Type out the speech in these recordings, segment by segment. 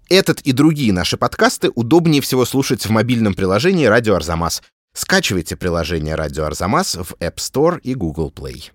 Этот и другие наши подкасты удобнее всего слушать в мобильном приложении «Радио Арзамас». Скачивайте приложение «Радио Арзамас» в App Store и Google Play.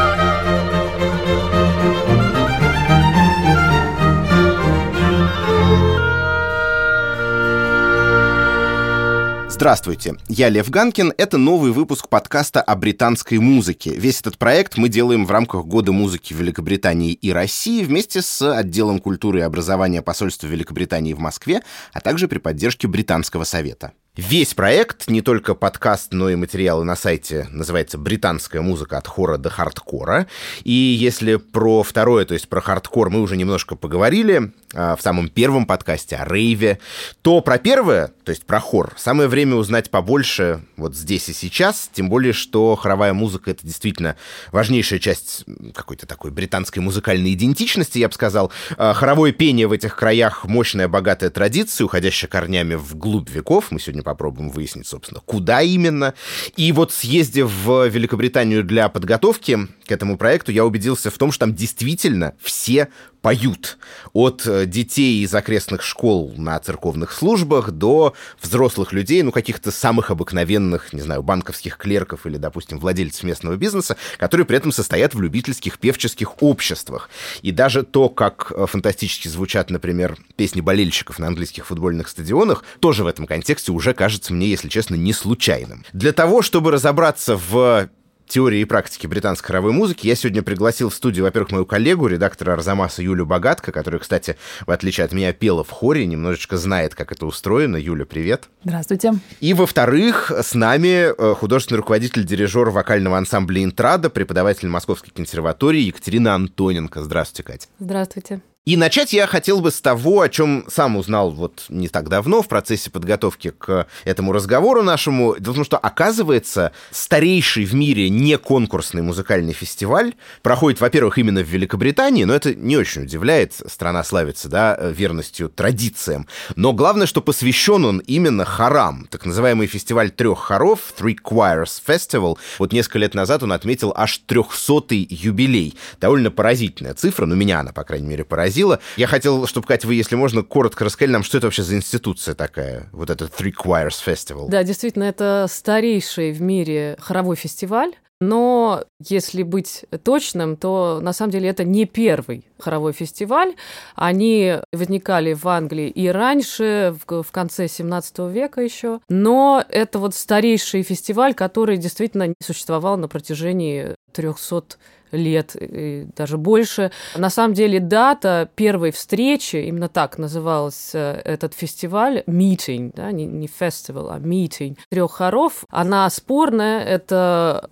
Здравствуйте, я Лев Ганкин. Это новый выпуск подкаста о британской музыке. Весь этот проект мы делаем в рамках Года музыки в Великобритании и России вместе с отделом культуры и образования посольства Великобритании в Москве, а также при поддержке Британского совета. Весь проект, не только подкаст, но и материалы на сайте, называется «Британская музыка от хора до хардкора». И если про второе, то есть про хардкор, мы уже немножко поговорили в самом первом подкасте о рейве, то про первое, то есть про хор, самое время узнать побольше вот здесь и сейчас, тем более, что хоровая музыка — это действительно важнейшая часть какой-то такой британской музыкальной идентичности, я бы сказал. Хоровое пение в этих краях — мощная, богатая традиция, уходящая корнями вглубь веков. Мы сегодня попробуем выяснить, собственно, куда именно. И вот, съездив в Великобританию для подготовки к этому проекту, я убедился в том, что там действительно все поют. От детей из окрестных школ на церковных службах до взрослых людей, ну, каких-то самых обыкновенных, не знаю, банковских клерков или, допустим, владельцев местного бизнеса, которые при этом состоят в любительских певческих обществах. И даже то, как фантастически звучат, например, песни болельщиков на английских футбольных стадионах, тоже в этом контексте уже кажется мне, если честно, не случайным. Для того, чтобы разобраться в теории и практики британской хоровой музыки, я сегодня пригласил в студию, во-первых, мою коллегу, редактора Арзамаса Юлю Богатко, которая, кстати, в отличие от меня, пела в хоре, немножечко знает, как это устроено. Юля, привет. Здравствуйте. И, во-вторых, с нами художественный руководитель, дирижер вокального ансамбля «Интрада», преподаватель Московской консерватории Екатерина Антоненко. Здравствуйте, Катя. Здравствуйте. И начать я хотел бы с того, о чем сам узнал вот не так давно в процессе подготовки к этому разговору нашему. Дело в том, что, оказывается, старейший в мире неконкурсный музыкальный фестиваль проходит, во-первых, именно в Великобритании, но это не очень удивляет, страна славится, да, верностью традициям. Но главное, что посвящен он именно хорам. Так называемый фестиваль трех хоров, Three Choirs Festival. Вот несколько лет назад он отметил аж 300-й юбилей. Довольно поразительная цифра, ну, меня она, по крайней мере, поразила. Я хотел, чтобы, Катя, вы, если можно, коротко рассказали нам, что это вообще за институция такая, вот этот Three Choirs Festival. Да, действительно, это старейший в мире хоровой фестиваль. Но если быть точным, то на самом деле это не первый хоровой фестиваль. Они возникали в Англии и раньше, в конце 17 века еще. Но это вот старейший фестиваль, который действительно существовал на протяжении 300 лет, и даже больше. На самом деле дата первой встречи, именно так назывался этот фестиваль, meeting, да, не festival, а meeting трех хоров, она спорная, это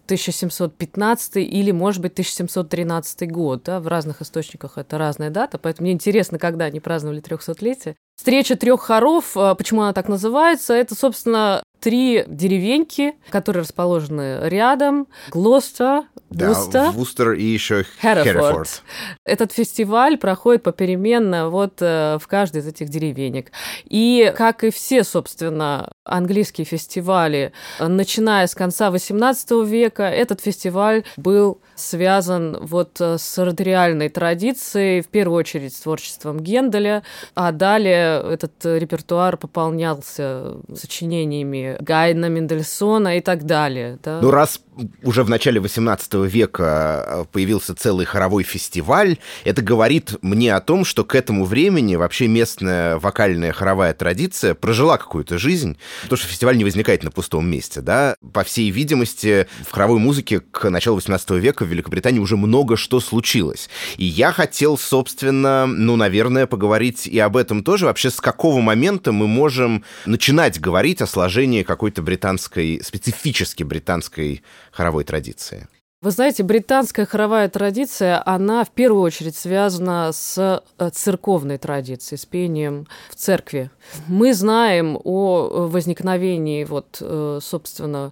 1715 или, может быть, 1713 год, да, в разных источниках это разная дата, поэтому мне интересно, когда они праздновали 300-летие. Встреча трех хоров, почему она так называется, это, собственно, три деревеньки, которые расположены рядом. Глостер, Вустер и еще Херефорд. Этот фестиваль проходит попеременно вот в каждой из этих деревенек. И, как и все, собственно, английские фестивали, начиная с конца XVIII века, этот фестиваль был связан вот с ораториальной традицией, в первую очередь с творчеством Генделя, а далее этот репертуар пополнялся сочинениями Гайдна, Мендельсона и так далее. Да? Ну, раз уже в начале XVIII века появился целый хоровой фестиваль, это говорит мне о том, что к этому времени вообще местная вокальная хоровая традиция прожила какую-то жизнь, потому что фестиваль не возникает на пустом месте, да. По всей видимости, в хоровой музыке к началу XVIII века в Великобритании уже много что случилось. И я хотел, собственно, ну, наверное, поговорить и об этом тоже. Вообще, с какого момента мы можем начинать говорить о сложении какой-то британской, специфически британской хоровой традиции? Вы знаете, британская хоровая традиция, она в первую очередь связана с церковной традицией, с пением в церкви. Мы знаем о возникновении, вот, собственно,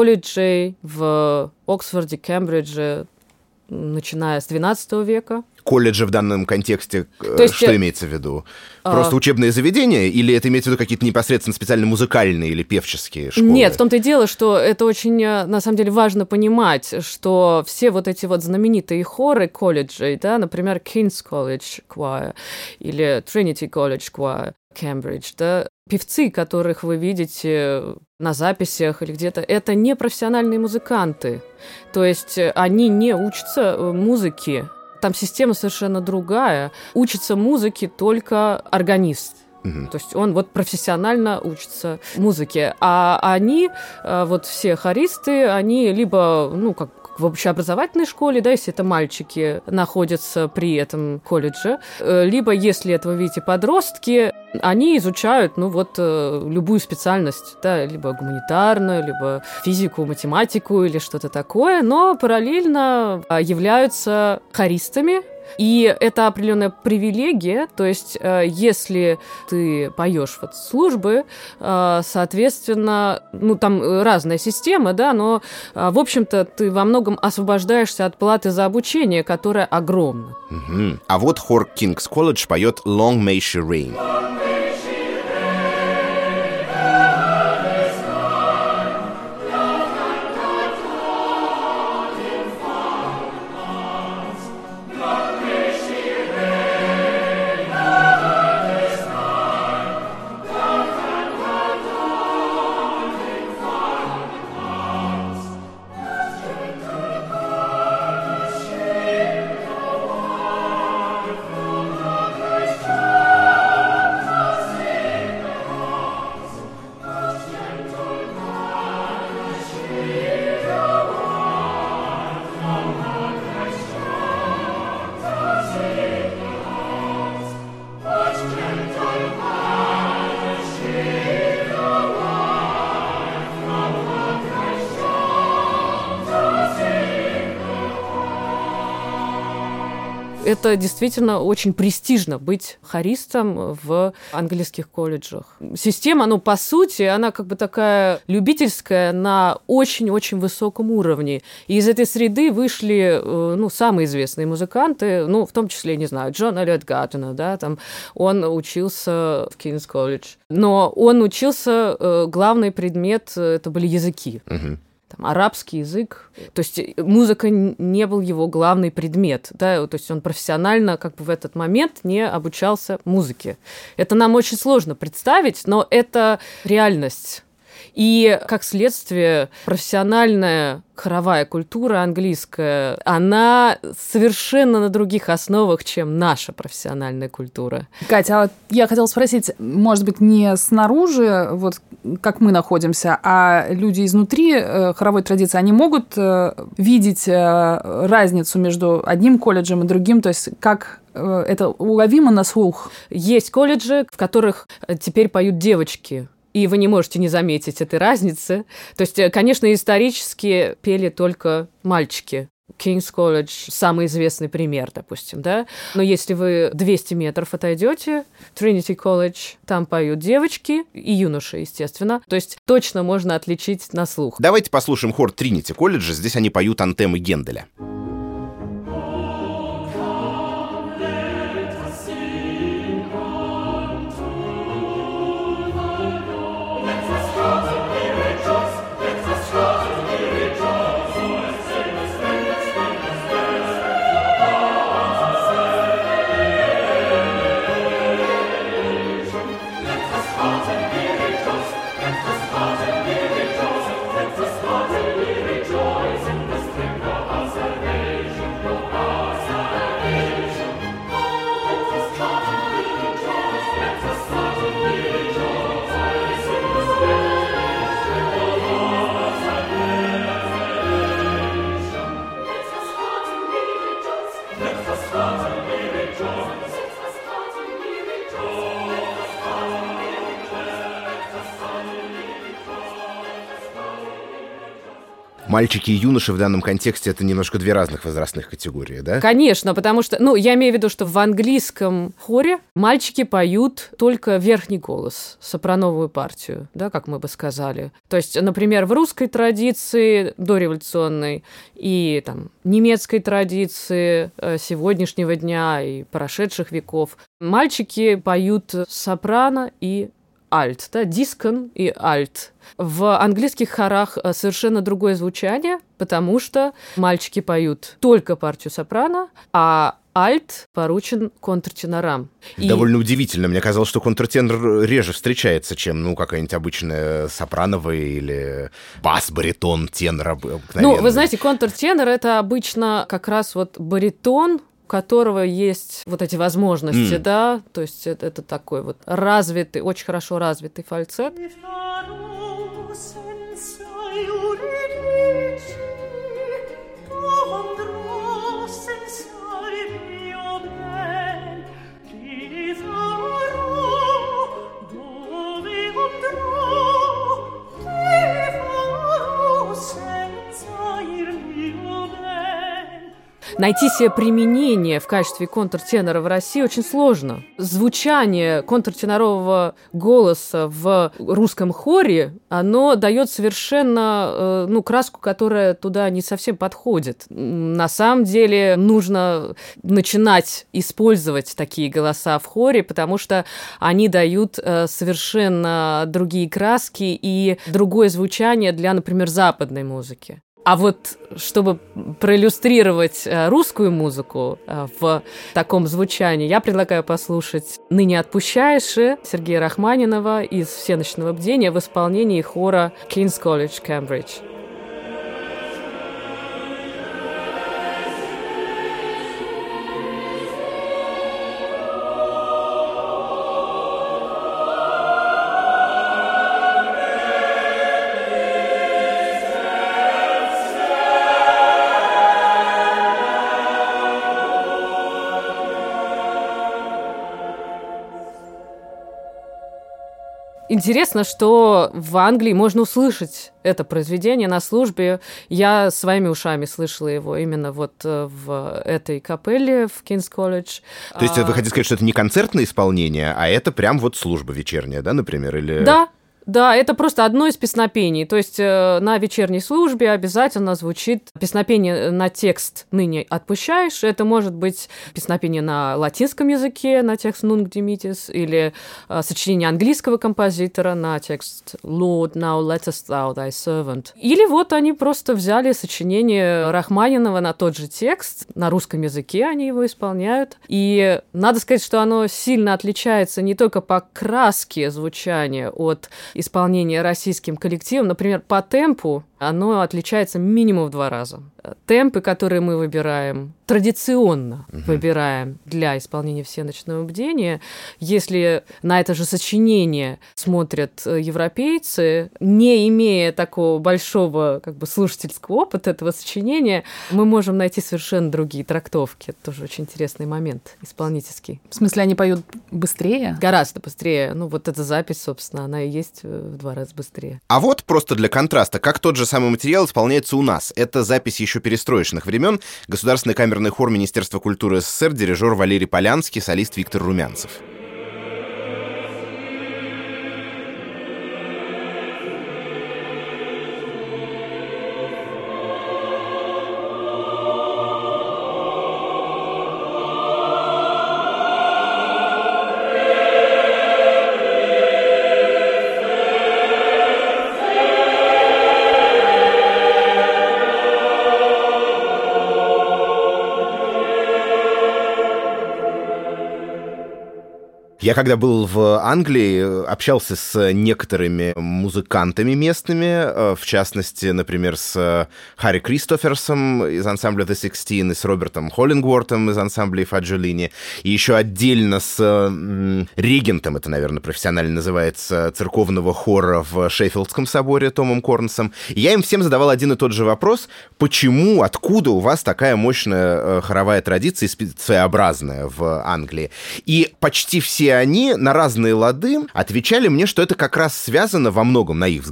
колледжей в Оксфорде, Кембридже, начиная с XII века. колледжи в данном контексте, То есть, что имеется в виду? Просто учебные заведения, или это имеется в виду какие-то непосредственно специально музыкальные или певческие школы? Нет, в том-то и дело, что это очень, на самом деле, важно понимать, что все вот эти вот знаменитые хоры колледжей, да, например, King's College Choir или Trinity College Choir, Cambridge, да, певцы, которых вы видите на записях или где-то, это не профессиональные музыканты. То есть они не учатся музыке. Там система совершенно другая. Учится музыке только органист. То есть он вот профессионально учится музыке. А они, вот все хористы, они либо, ну, как в общеобразовательной школе, да, если это мальчики находятся при этом колледже, либо, если это, вы видите, подростки, они изучают, ну, вот, любую специальность, да, либо гуманитарную, либо физику, математику или что-то такое, но параллельно являются хористами. И это определенная привилегия, то есть если ты поешь вот службы, соответственно, ну там разная система, да, но в общем-то ты во многом освобождаешься от платы за обучение, которая огромна. А вот хор King's College поет Long May She Reign. Это действительно очень престижно быть хористом в английских колледжах. Система, ну, по сути, она как бы такая любительская на очень-очень высоком уровне. И из этой среды вышли, ну, самые известные музыканты, ну, в том числе, не знаю, Джон Эллиот Гардинер, да, там, он учился в King's College. Но он учился, главный предмет, это были языки. Там, арабский язык. То есть музыка не был его главный предмет. Да? То есть он профессионально как бы в этот момент не обучался музыке. Это нам очень сложно представить, но это реальность. И, как следствие, профессиональная хоровая культура английская, она совершенно на других основах, чем наша профессиональная культура. Катя, а я хотела спросить, может быть, не снаружи, вот как мы находимся, а люди изнутри хоровой традиции, они могут видеть разницу между одним колледжем и другим, то есть как это уловимо на слух? Есть колледжи, в которых теперь поют девочки, и вы не можете не заметить этой разницы. То есть, конечно, исторически пели только мальчики. King's College – самый известный пример, допустим, да? Но если вы 200 метров отойдете, Trinity College, там поют девочки и юноши, естественно. То есть точно можно отличить на слух. Давайте послушаем хор Trinity College. Здесь они поют антемы Генделя. Rejoice in the splendor of the мальчики и юноши в данном контексте — это немножко две разных возрастных категории, да? Конечно, потому что, я имею в виду, что в английском хоре мальчики поют только верхний голос, сопрановую партию, да, как мы бы сказали. То есть, например, в русской традиции дореволюционной и там немецкой традиции сегодняшнего дня и прошедших веков мальчики поют сопрано и альт, да, дискон и альт. В английских хорах совершенно другое звучание, потому что мальчики поют только партию сопрано, а альт поручен контртенорам. Довольно удивительно. Мне казалось, что контртенор реже встречается, чем, какая-нибудь обычная сопрановая или бас-баритон тенора обыкновенный. Вы знаете, контртенор — это обычно как раз вот баритон, у которого есть вот эти возможности, да, то есть это такой вот развитый, очень хорошо развитый фальцет. Найти себе применение в качестве контртенора в России очень сложно. Звучание контртенорового голоса в русском хоре, оно дает совершенно, краску, которая туда не совсем подходит. На самом деле нужно начинать использовать такие голоса в хоре, потому что они дают совершенно другие краски и другое звучание для, например, западной музыки. А вот чтобы проиллюстрировать русскую музыку в таком звучании, я предлагаю послушать «Ныне отпущаешь» Сергея Рахманинова из «Всеночного бдения» в исполнении хора King's College, Cambridge. Интересно, что в Англии можно услышать это произведение на службе. Я своими ушами слышала его именно вот в этой капелле в King's College. То есть вы хотите сказать, что это не концертное исполнение, а это прям вот служба вечерняя, да, например? Или... Да, это просто одно из песнопений. То есть на вечерней службе обязательно звучит песнопение на текст «Ныне отпущаешь». Это может быть песнопение на латинском языке, на текст «Nunc dimittis», или сочинение английского композитора на текст «Lord, now lettest thou thy servant». Или вот они просто взяли сочинение Рахманинова на тот же текст, на русском языке они его исполняют. И надо сказать, что оно сильно отличается не только по краске звучания от исполнение российским коллективом, например, по темпу, оно отличается минимум в 2 раза. Темпы, которые мы выбираем, традиционно выбираем для исполнения «Всеночного бдения», если на это же сочинение смотрят европейцы, не имея такого большого слушательского опыта этого сочинения, мы можем найти совершенно другие трактовки. Это тоже очень интересный момент исполнительский. В смысле, они поют быстрее? Гораздо быстрее. Вот эта запись, собственно, она и есть в 2 раза быстрее. А вот просто для контраста, как тот же самый материал исполняется у нас. Это запись еще перестроечных времен. Государственный камерный хор Министерства культуры СССР, дирижер Валерий Полянский, солист Виктор Румянцев. Я когда был в Англии, общался с некоторыми музыкантами местными, в частности, например, с Харри Кристоферсом из ансамбля The Sixteen и с Робертом Холлингвортом из ансамбля Фаджолини, и еще отдельно с регентом, это, наверное, профессионально называется, церковного хора в Шеффилдском соборе Томом Корнсом. И я им всем задавал один и тот же вопрос: почему, откуда у вас такая мощная хоровая традиция, своеобразная в Англии? И почти все они на разные лады отвечали мне, что это как раз связано во многом, на их взгляд,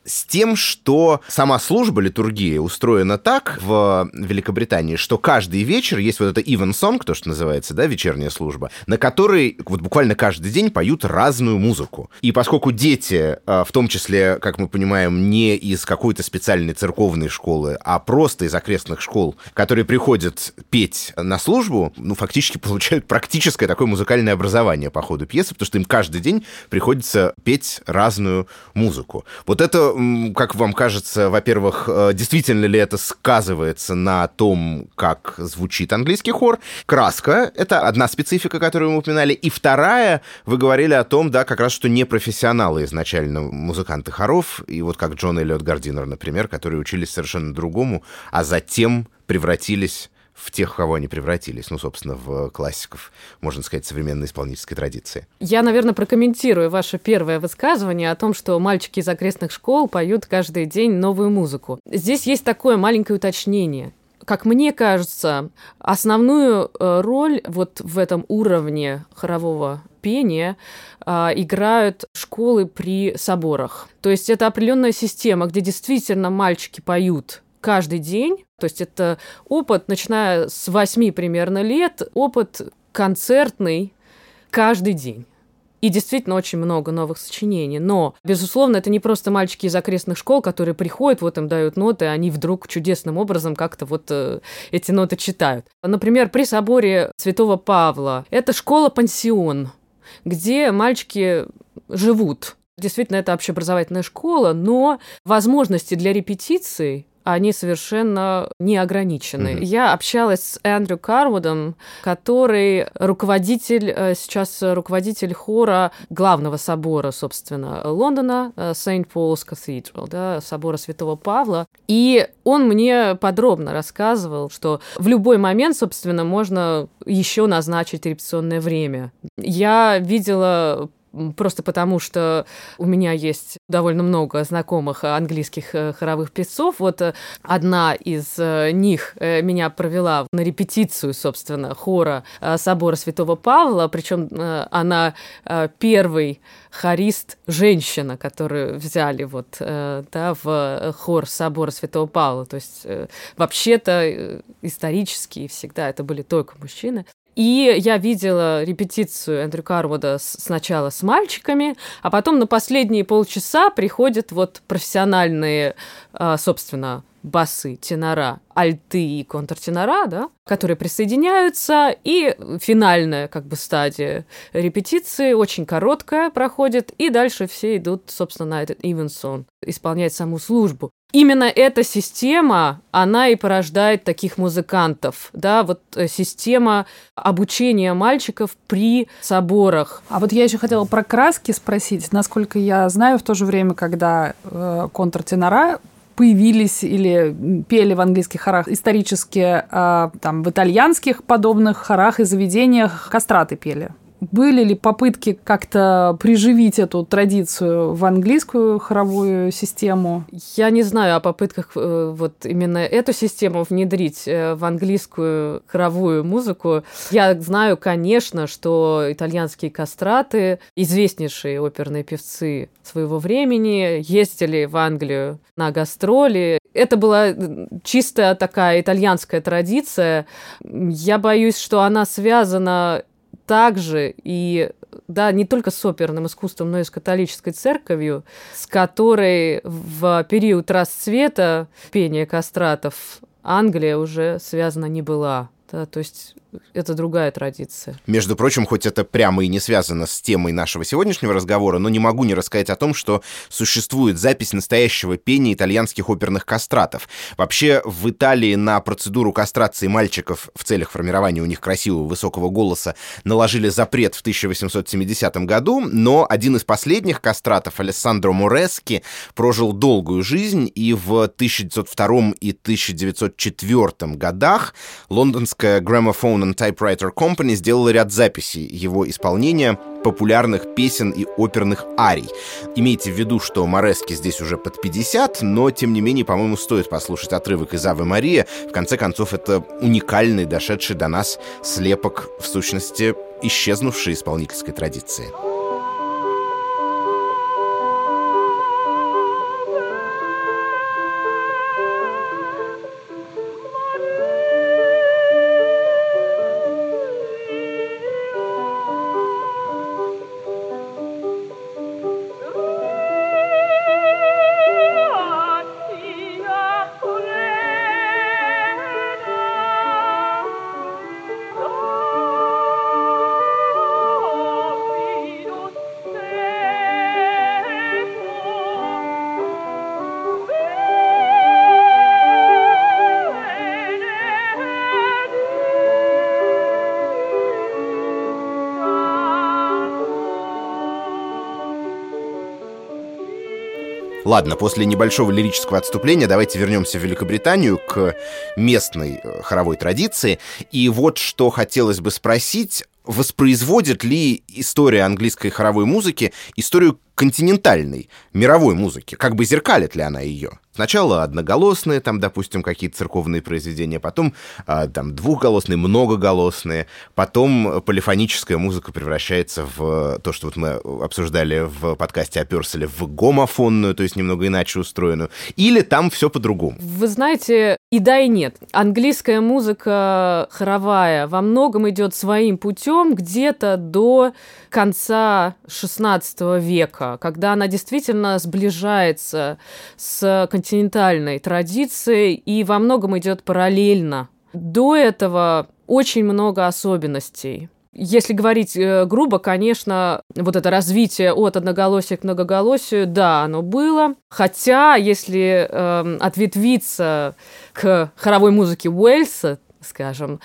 с тем, что сама служба, литургия устроена так в Великобритании, что каждый вечер есть вот это evensong, то, что называется, да, вечерняя служба, на которой вот буквально каждый день поют разную музыку. И поскольку дети, в том числе, как мы понимаем, не из какой-то специальной церковной школы, а просто из окрестных школ, которые приходят петь на службу, ну, фактически получают практическое такое музыкальное образование по ходу пьесы, потому что им каждый день приходится петь разную музыку. Вот это, как вам кажется, во-первых, действительно ли это сказывается на том, как звучит английский хор? Краска — это одна специфика, которую мы упоминали. И вторая, вы говорили о том, да, как раз, что не профессионалы изначально музыканты хоров, и вот как Джон Эллиот Гардинер, например, которые учились совершенно другому, а затем превратились в тех, в кого они превратились, ну, собственно, в классиков, можно сказать, современной исполнительской традиции. Я, наверное, прокомментирую ваше первое высказывание о том, что мальчики из окрестных школ поют каждый день новую музыку. Здесь есть такое маленькое уточнение. Как мне кажется, основную роль вот в этом уровне хорового пения играют школы при соборах. То есть это определенная система, где действительно мальчики поют каждый день. То есть это опыт, начиная с 8 примерно лет, опыт концертный каждый день. И действительно очень много новых сочинений. Но, безусловно, это не просто мальчики из окрестных школ, которые приходят, вот им дают ноты, и они вдруг чудесным образом как-то вот эти ноты читают. Например, при соборе Святого Павла это школа-пансион, где мальчики живут. Действительно, это общеобразовательная школа, но возможности для репетиций они совершенно не ограничены. Я общалась с Эндрю Карвудом, который сейчас руководитель хора главного собора, собственно, Лондона, St. Paul's Cathedral, да, собора Святого Павла. И он мне подробно рассказывал, что в любой момент, собственно, можно еще назначить репетиционное время. Я видела... Просто потому, что у меня есть довольно много знакомых английских хоровых певцов. Вот одна из них меня провела на репетицию, собственно, хора собора Святого Павла, причем она первый хорист-женщина, которую взяли вот, да, в хор собора Святого Павла. То есть вообще-то исторически всегда это были только мужчины. И я видела репетицию Эндрю Карвуда сначала с мальчиками, а потом на последние полчаса приходят вот профессиональные, собственно, басы, тенора, альты и контртенора, да, которые присоединяются, и финальная как бы стадия репетиции, очень короткая, проходит, и дальше все идут, собственно, на этот evensong, исполнять саму службу. Именно эта система, она и порождает таких музыкантов, да, вот система обучения мальчиков при соборах. А вот я еще хотела про краски спросить. Насколько я знаю, в то же время, когда контртенора появились или пели в английских хорах исторически, там, в итальянских подобных хорах и заведениях кастраты пели. Были ли попытки как-то приживить эту традицию в английскую хоровую систему? Я не знаю о попытках вот именно эту систему внедрить в английскую хоровую музыку. Я знаю, конечно, что итальянские кастраты, известнейшие оперные певцы своего времени, ездили в Англию на гастроли. Это была чисто такая итальянская традиция. Я боюсь, что она связана также и, да, не только с оперным искусством, но и с католической церковью, с которой в период расцвета пения кастратов Англия уже связана не была. Да, то есть это другая традиция. Между прочим, хоть это прямо и не связано с темой нашего сегодняшнего разговора, но не могу не рассказать о том, что существует запись настоящего пения итальянских оперных кастратов. Вообще, в Италии на процедуру кастрации мальчиков в целях формирования у них красивого высокого голоса наложили запрет в 1870 году, но один из последних кастратов, Алессандро Морески, прожил долгую жизнь, и в 1902 и 1904 годах лондонская Gramophone and Typewriter Company сделала ряд записей его исполнения популярных песен и оперных арий. Имейте в виду, что Морески здесь уже под 50, но, тем не менее, по-моему, стоит послушать отрывок из «Аве Мария». В конце концов, это уникальный, дошедший до нас слепок, в сущности, исчезнувшей исполнительской традиции. Ладно, после небольшого лирического отступления давайте вернемся в Великобританию к местной хоровой традиции. И вот что хотелось бы спросить, воспроизводит ли история английской хоровой музыки историю континентальной, мировой музыки? Как бы зеркалит ли она ее? Сначала одноголосные, там, допустим, какие-то церковные произведения, потом там двухголосные, многоголосные, потом полифоническая музыка превращается в то, что вот мы обсуждали в подкасте о Пёрселе, в гомофонную, то есть немного иначе устроенную, или там все по-другому? Вы знаете, и да, и нет. Английская музыка хоровая во многом идет своим путем где-то до конца XVI века, когда она действительно сближается с континентальной традицией и во многом идет параллельно. До этого очень много особенностей. Если говорить грубо, конечно, вот это развитие от одноголосия к многоголосию, да, оно было. Хотя, если ответвиться к хоровой музыке Уэльса, скажем,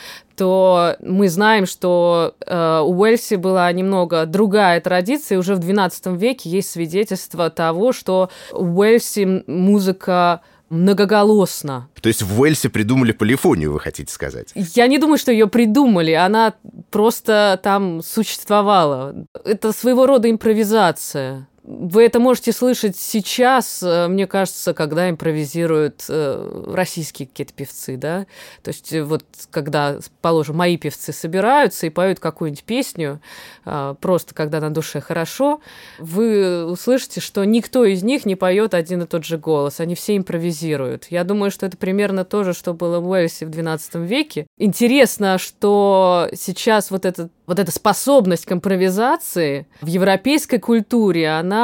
то мы знаем, что у Уэльса была немного другая традиция. Уже в XII веке есть свидетельство того, что в Уэльсе музыка многоголосна. То есть в Уэльсе придумали полифонию, вы хотите сказать? Я не думаю, что ее придумали, она просто там существовала. Это своего рода импровизация. Вы это можете слышать сейчас, мне кажется, когда импровизируют российские какие-то певцы, да? То есть вот когда, положим, мои певцы собираются и поют какую-нибудь песню, просто когда на душе хорошо, вы услышите, что никто из них не поет один и тот же голос, они все импровизируют. Я думаю, что это примерно то же, что было в Уэльсе в XII веке. Интересно, что сейчас вот эта способность к импровизации в европейской культуре, она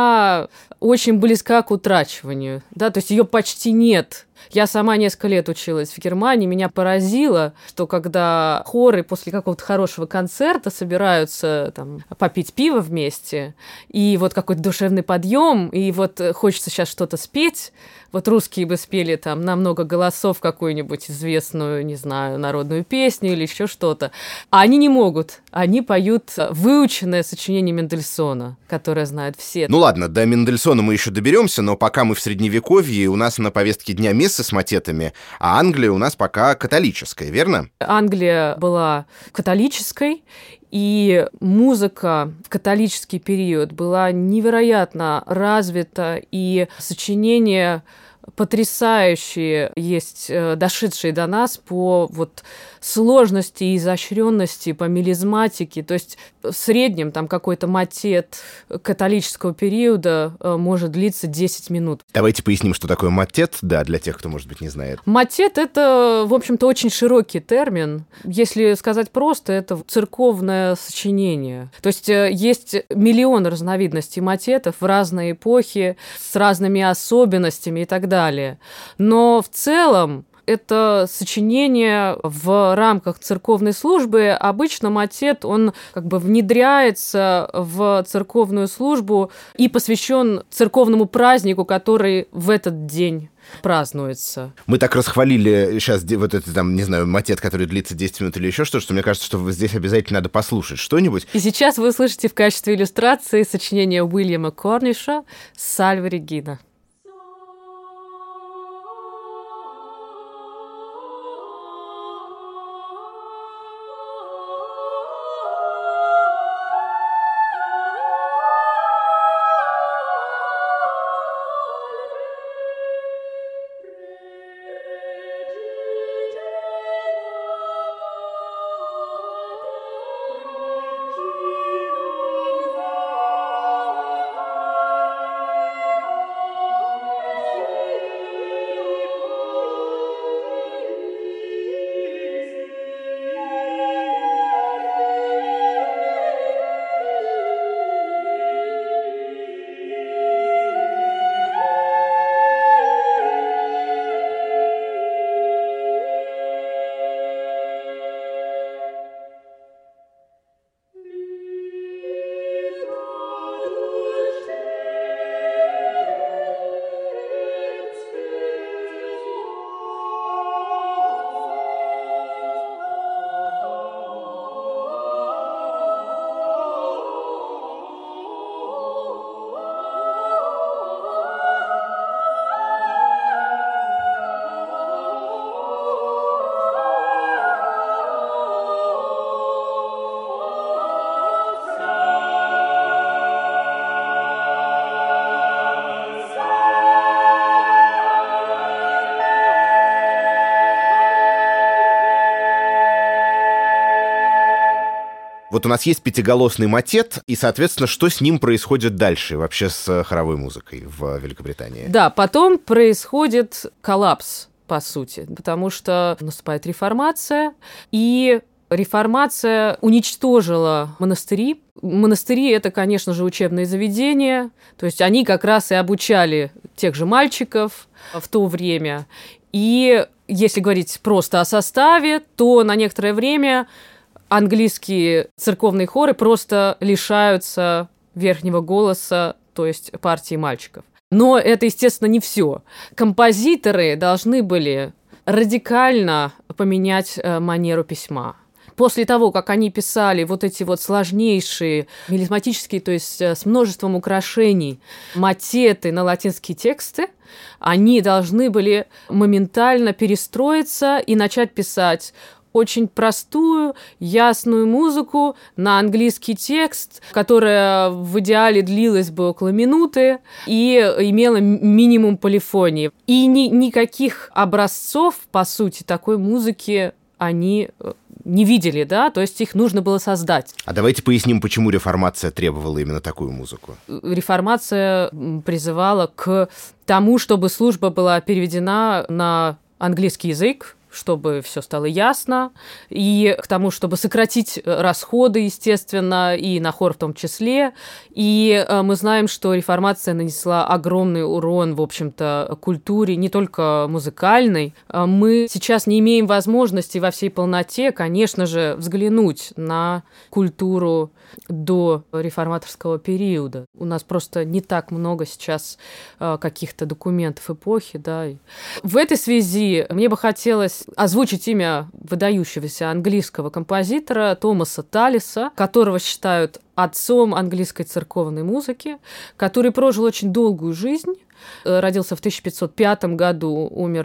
очень близка к утрачиванию, да, то есть ее почти нет. Я сама несколько лет училась в Германии, меня поразило, что когда хоры после какого-то хорошего концерта собираются там попить пиво вместе, и вот какой-то душевный подъем, и вот хочется сейчас что-то спеть, вот русские бы спели там на много голосов какую-нибудь известную, не знаю, народную песню или еще что-то, а они не могут, они поют выученное сочинение Мендельсона, которое знают все. Ну ладно, до Мендельсона мы еще доберемся, но пока мы в Средневековье, у нас на повестке дня мессы с матетами, а Англия у нас пока католическая, верно? Англия была католической, и музыка в католический период была невероятно развита, и сочинения потрясающие есть, дошедшие до нас по вот сложности и изощренности, по мелизматике. То есть в среднем там какой-то матет католического периода может длиться 10 минут. Давайте поясним, что такое матет, да, для тех, кто, может быть, не знает. Матет — это, в общем-то, очень широкий термин. Если сказать просто, это церковное сочинение. То есть есть миллион разновидностей матетов в разные эпохи, с разными особенностями и так далее. Но в целом это сочинение в рамках церковной службы. Обычно матет, он как бы внедряется в церковную службу и посвящен церковному празднику, который в этот день празднуется. Мы так расхвалили сейчас вот это там, не знаю, матет, который длится 10 минут или еще что мне кажется, что здесь обязательно надо послушать что-нибудь. И сейчас вы услышите в качестве иллюстрации сочинение Уильяма Корниша «Сальве Регина». Вот у нас есть пятиголосный мотет, и, соответственно, что с ним происходит дальше вообще с хоровой музыкой в Великобритании? Да, потом происходит коллапс, по сути, потому что наступает реформация, и реформация уничтожила монастыри. Монастыри — это, конечно же, учебные заведения, то есть они как раз и обучали тех же мальчиков в то время. И если говорить просто о составе, то на некоторое время английские церковные хоры просто лишаются верхнего голоса, то есть партии мальчиков. Но это, естественно, не все. Композиторы должны были радикально поменять манеру письма. После того, как они писали вот эти вот сложнейшие мелизматические, то есть с множеством украшений, мотеты на латинские тексты, они должны были моментально перестроиться и начать писать очень простую, ясную музыку на английский текст, которая в идеале длилась бы около минуты и имела минимум полифонии. И никаких образцов, по сути, такой музыки они не видели, да, то есть их нужно было создать. А давайте поясним, почему реформация требовала именно такую музыку. Реформация призывала к тому, чтобы служба была переведена на английский язык, чтобы все стало ясно, и к тому, чтобы сократить расходы, естественно, и на хор в том числе. И мы знаем, что реформация нанесла огромный урон, в общем-то, культуре, не только музыкальной. Мы сейчас не имеем возможности во всей полноте, конечно же, взглянуть на культуру до реформаторского периода. У нас просто не так много сейчас каких-то документов эпохи, да. В этой связи мне бы хотелось озвучить имя выдающегося английского композитора Томаса Талиса, которого считают отцом английской церковной музыки, который прожил очень долгую жизнь. Родился в 1505 году, умер в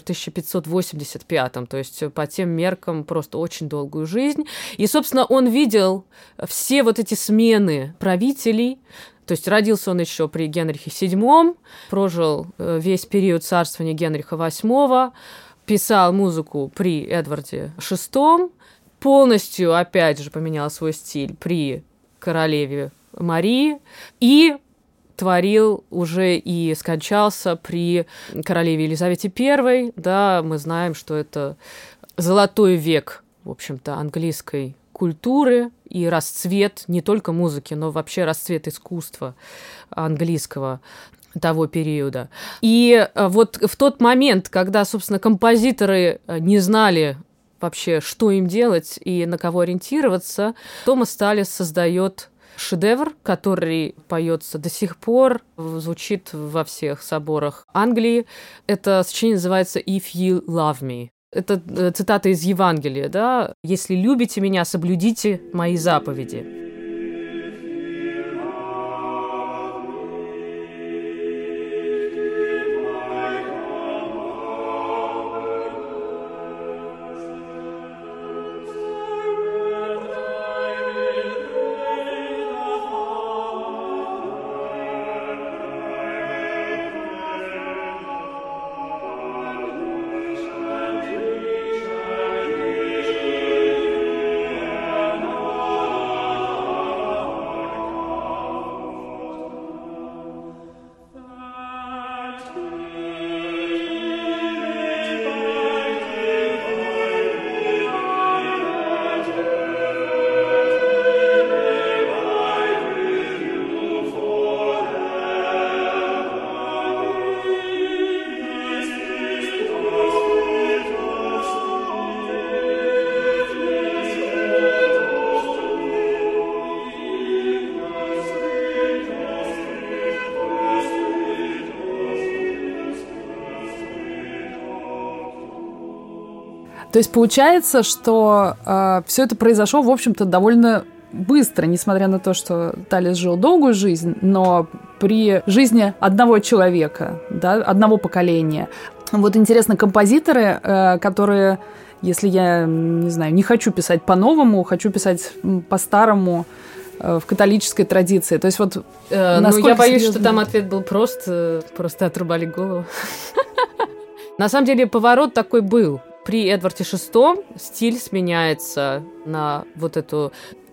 1585, то есть по тем меркам просто очень долгую жизнь. И, собственно, он видел все вот эти смены правителей. То есть родился он еще при Генрихе VII, прожил весь период царствования Генриха VIII, писал музыку при Эдварде VI, полностью, опять же, поменял свой стиль при королеве Марии и творил уже и скончался при королеве Елизавете I. Да, мы знаем, что это золотой век, в общем-то, английской культуры и расцвет не только музыки, но вообще расцвет искусства английского того периода. И вот в тот момент, когда, собственно, композиторы не знали вообще, что им делать и на кого ориентироваться, Томас Талис создает шедевр, который поется до сих пор, звучит во всех соборах Англии. Это сочинение называется «If you love me». Это цитата из Евангелия, да? «Если любите меня, соблюдите мои заповеди». То есть получается, что все это произошло, в общем-то, довольно быстро, несмотря на то, что Талис жил долгую жизнь, но при жизни одного человека, да, одного поколения. Вот интересно, композиторы, которые, если я, не знаю, не хочу писать по-новому, хочу писать по-старому, в католической традиции. То есть вот насколько я боюсь, что там ответ был просто отрубали голову. На самом деле поворот такой был. При Эдварде VI стиль сменяется на вот эту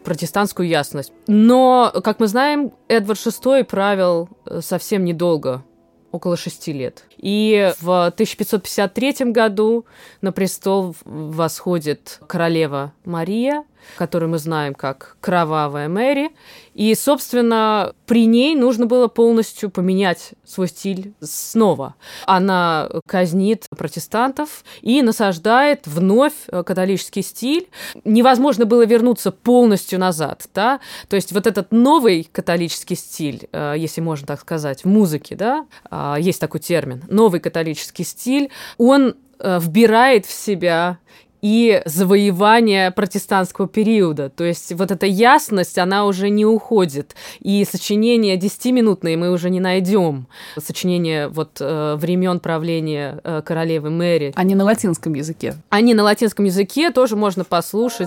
протестантскую ясность. Но, как мы знаем, Эдвард VI правил совсем недолго, около 6 лет. И в 1553 году на престол восходит королева Мария, которую мы знаем как Кровавая Мэри. И, собственно, при ней нужно было полностью поменять свой стиль снова. Она казнит протестантов и насаждает вновь католический стиль. Невозможно было вернуться полностью назад, да? То есть вот этот новый католический стиль, если можно так сказать, в музыке, да, есть такой термин, новый католический стиль, он вбирает в себя и завоевание протестантского периода. То есть вот эта ясность, она уже не уходит. И сочинения 10-минутные мы уже не найдем. Сочинения вот времен правления королевы Мэри. Они на латинском языке. Они на латинском языке, тоже можно послушать.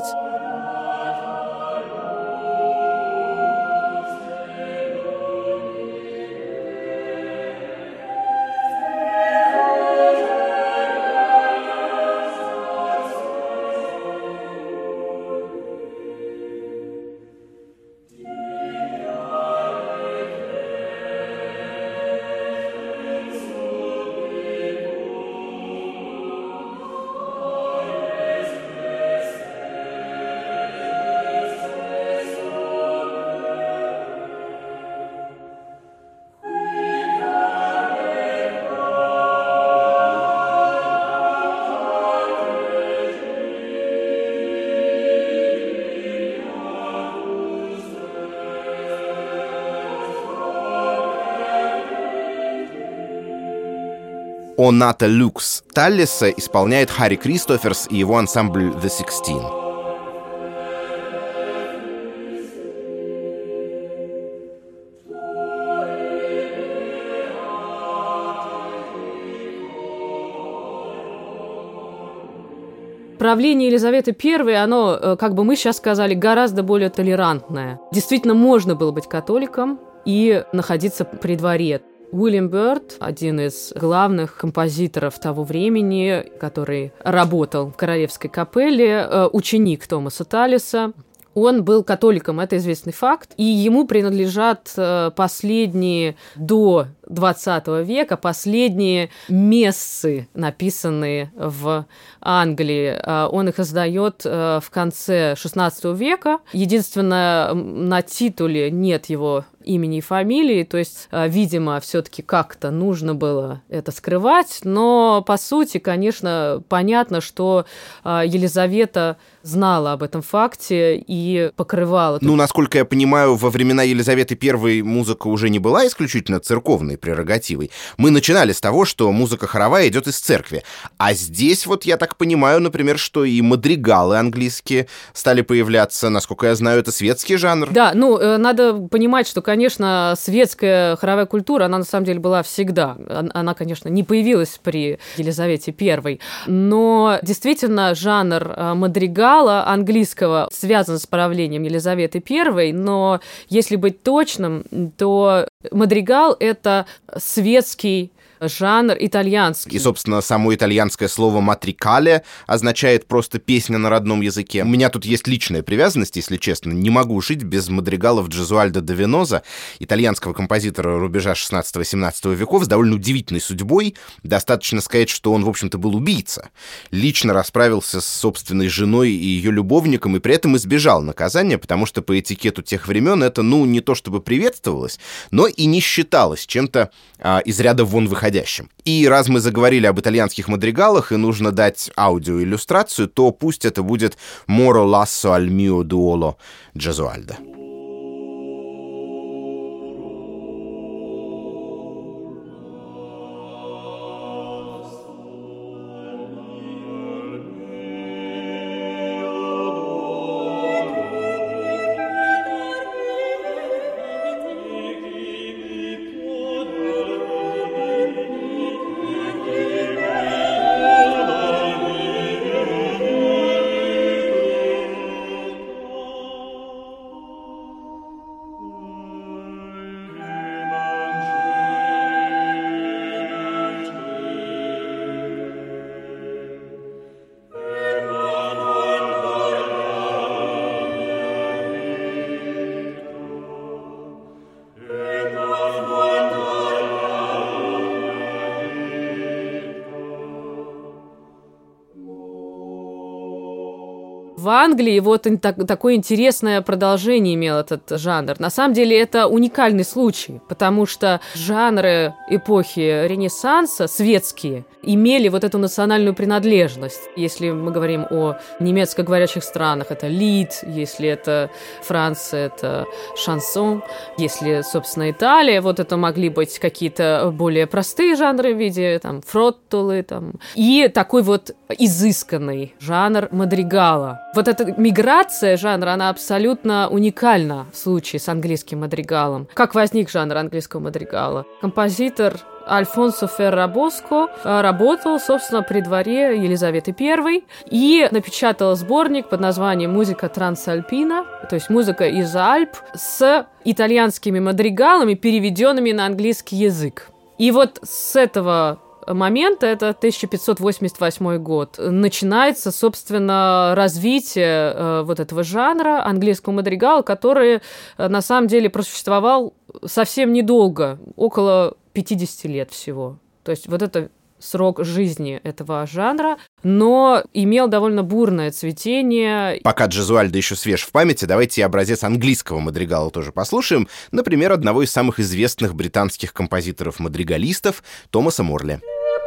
«О Ната Люкс» Таллиса исполняет Харри Кристоферс и его ансамбль «The Sixteen». Правление Елизаветы I, оно, как бы мы сейчас сказали, гораздо более толерантное. Действительно, можно было быть католиком и находиться при дворе. Уильям Бёрд, один из главных композиторов того времени, который работал в Королевской капелле, ученик Томаса Таллиса, он был католиком, это известный факт, и ему принадлежат последние до XX века, последние мессы, написанные в Англии. Он их издает в конце XVI века. Единственное, на титуле нет его имени и фамилии, то есть, видимо, все-таки как-то нужно было это скрывать, но, по сути, конечно, понятно, что Елизавета знала об этом факте и покрывала. Ну, насколько я понимаю, во времена Елизаветы I музыка уже не была исключительно церковной прерогативой. Мы начинали с того, что музыка хоровая идет из церкви. А здесь, вот я так понимаю, например, что и мадригалы английские стали появляться. Насколько я знаю, это светский жанр. Да, ну, надо понимать, что, конечно, светская хоровая культура, она на самом деле была всегда. Она, конечно, не появилась при Елизавете I. Но действительно жанр мадригала английского связан с правлением Елизаветы I, но если быть точным, то мадригал — это светский жанр итальянский. И, собственно, само итальянское слово «матрикале» означает просто «песня на родном языке». У меня тут есть личная привязанность, если честно. Не могу жить без мадригалов Джезуальдо да Веноза, итальянского композитора рубежа 16-17 веков с довольно удивительной судьбой. Достаточно сказать, что он, в общем-то, был убийца. Лично расправился с собственной женой и ее любовником, и при этом избежал наказания, потому что по этикету тех времен это, не то чтобы приветствовалось, но и не считалось чем-то из ряда вон выходящим. И раз мы заговорили об итальянских мадригалах и нужно дать аудиоиллюстрацию, то пусть это будет «Moro lasso al mio duolo» Джезуальдо. в Англии вот такое интересное продолжение имел этот жанр. На самом деле это уникальный случай, потому что жанры эпохи Ренессанса, светские, имели вот эту национальную принадлежность. Если мы говорим о немецкоговорящих странах, это лид, если это Франция, это шансон, если, собственно, Италия, вот это могли быть какие-то более простые жанры в виде там фроттулы, там, и такой вот изысканный жанр мадригала. Вот эта миграция жанра, она абсолютно уникальна в случае с английским мадригалом. Как возник жанр английского мадригала? Композитор Альфонсо Феррабоско работал, собственно, при дворе Елизаветы I и напечатал сборник под названием «Музыка трансальпина», то есть музыка из Альп, с итальянскими мадригалами, переведенными на английский язык. И вот с этого момента, это 1588 год, начинается, собственно, развитие вот этого жанра английского мадригала, который, на самом деле, просуществовал совсем недолго, около 50 лет всего. То есть вот это срок жизни этого жанра, но имел довольно бурное цветение. Пока Джезуальдо еще свеж в памяти, давайте образец английского мадригала тоже послушаем. Например, одного из самых известных британских композиторов-мадригалистов Томаса Морли.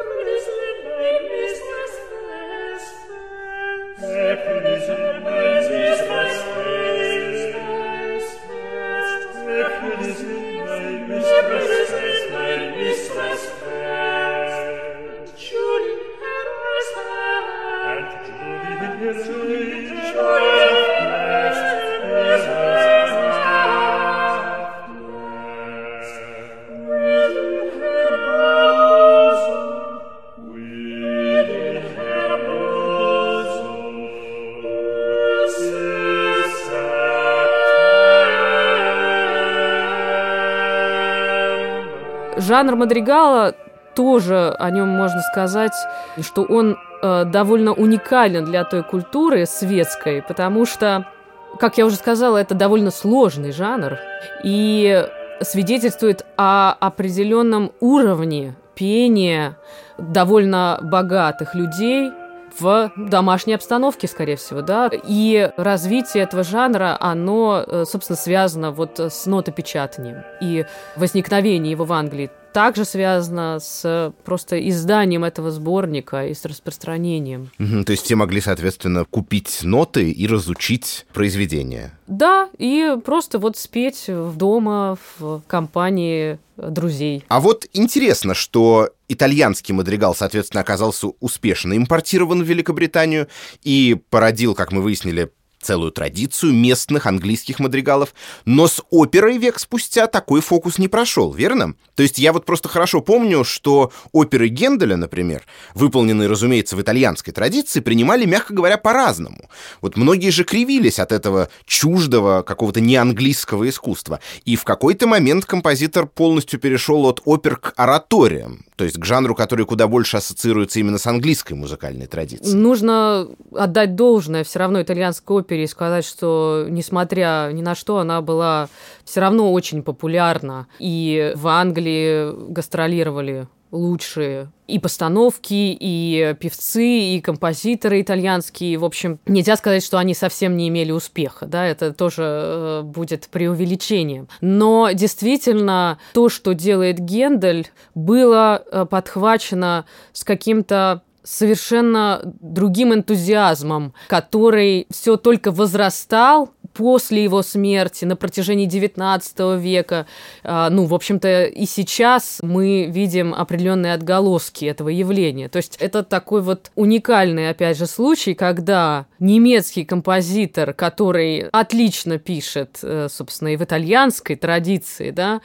Жанр мадригала тоже, о нем можно сказать, что он довольно уникален для той культуры светской, потому что, как я уже сказала, это довольно сложный жанр и свидетельствует о определенном уровне пения довольно богатых людей в домашней обстановке, скорее всего, да. И развитие этого жанра, оно, собственно, связано вот с нотопечатанием. И возникновение его в Англии также связано с просто изданием этого сборника и с распространением. То есть все могли, соответственно, купить ноты и разучить произведение. Да, и просто вот спеть дома в компании друзей. А вот интересно, что итальянский мадригал, соответственно, оказался успешно импортирован в Великобританию и породил, как мы выяснили, целую традицию местных английских мадригалов, но с оперой век спустя такой фокус не прошел, верно? То есть я вот просто хорошо помню, что оперы Генделя, например, выполненные, разумеется, в итальянской традиции, принимали, мягко говоря, по-разному. Вот многие же кривились от этого чуждого какого-то неанглийского искусства. И в какой-то момент композитор полностью перешел от опер к ораториям, то есть к жанру, который куда больше ассоциируется именно с английской музыкальной традицией. Нужно отдать должное все равно итальянской опере и сказать, что, несмотря ни на что, она была все равно очень популярна. И в Англии гастролировали лучшие и постановки, и певцы, и композиторы итальянские. В общем, нельзя сказать, что они совсем не имели успеха, да, это тоже будет преувеличением. Но действительно, то, что делает Гендель, было подхвачено с каким-то совершенно другим энтузиазмом, который все только возрастал после его смерти на протяжении XIX века. В общем-то, и сейчас мы видим определенные отголоски этого явления. То есть это такой вот уникальный, опять же, случай, когда немецкий композитор, который отлично пишет, собственно, и в итальянской традиции, да,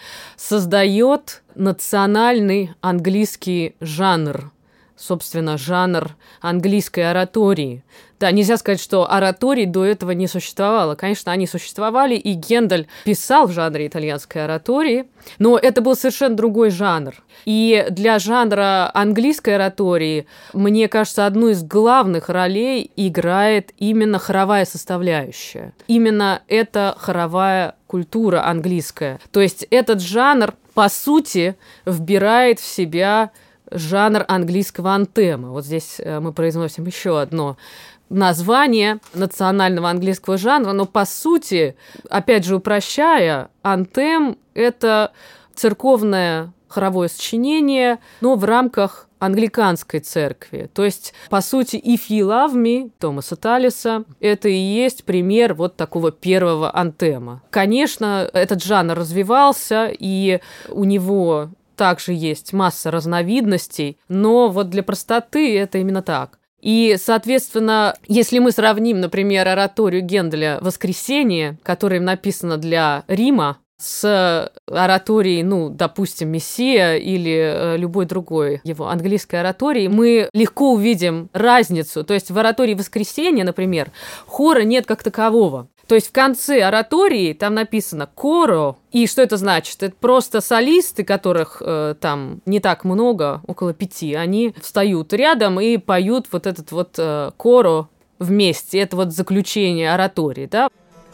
создает национальный английский жанр, собственно, жанр английской оратории. Да, нельзя сказать, что ораторий до этого не существовало. Конечно, они существовали, и Гендель писал в жанре итальянской оратории, но это был совершенно другой жанр. И для жанра английской оратории, мне кажется, одну из главных ролей играет именно хоровая составляющая. Именно эта хоровая культура английская. То есть этот жанр, по сути, вбирает в себя жанр английского антема. Вот здесь мы произносим еще одно название национального английского жанра, но по сути, опять же упрощая, антем – это церковное хоровое сочинение, но в рамках англиканской церкви. То есть, по сути, «If You Love Me» Томаса Талиса – это и есть пример вот такого первого антема. Конечно, этот жанр развивался, и у него также есть масса разновидностей, но вот для простоты это именно так. И, соответственно, если мы сравним, например, ораторию Генделя «Воскресение», которая написана для Рима, с ораторией, допустим, «Мессия» или любой другой его английской оратории, мы легко увидим разницу. То есть в оратории «Воскресенья», например, хора нет как такового. То есть в конце оратории там написано «коро». И что это значит? Это просто солисты, которых там не так много, около 5, они встают рядом и поют вот этот вот «коро» вместе. Это вот заключение оратории, да?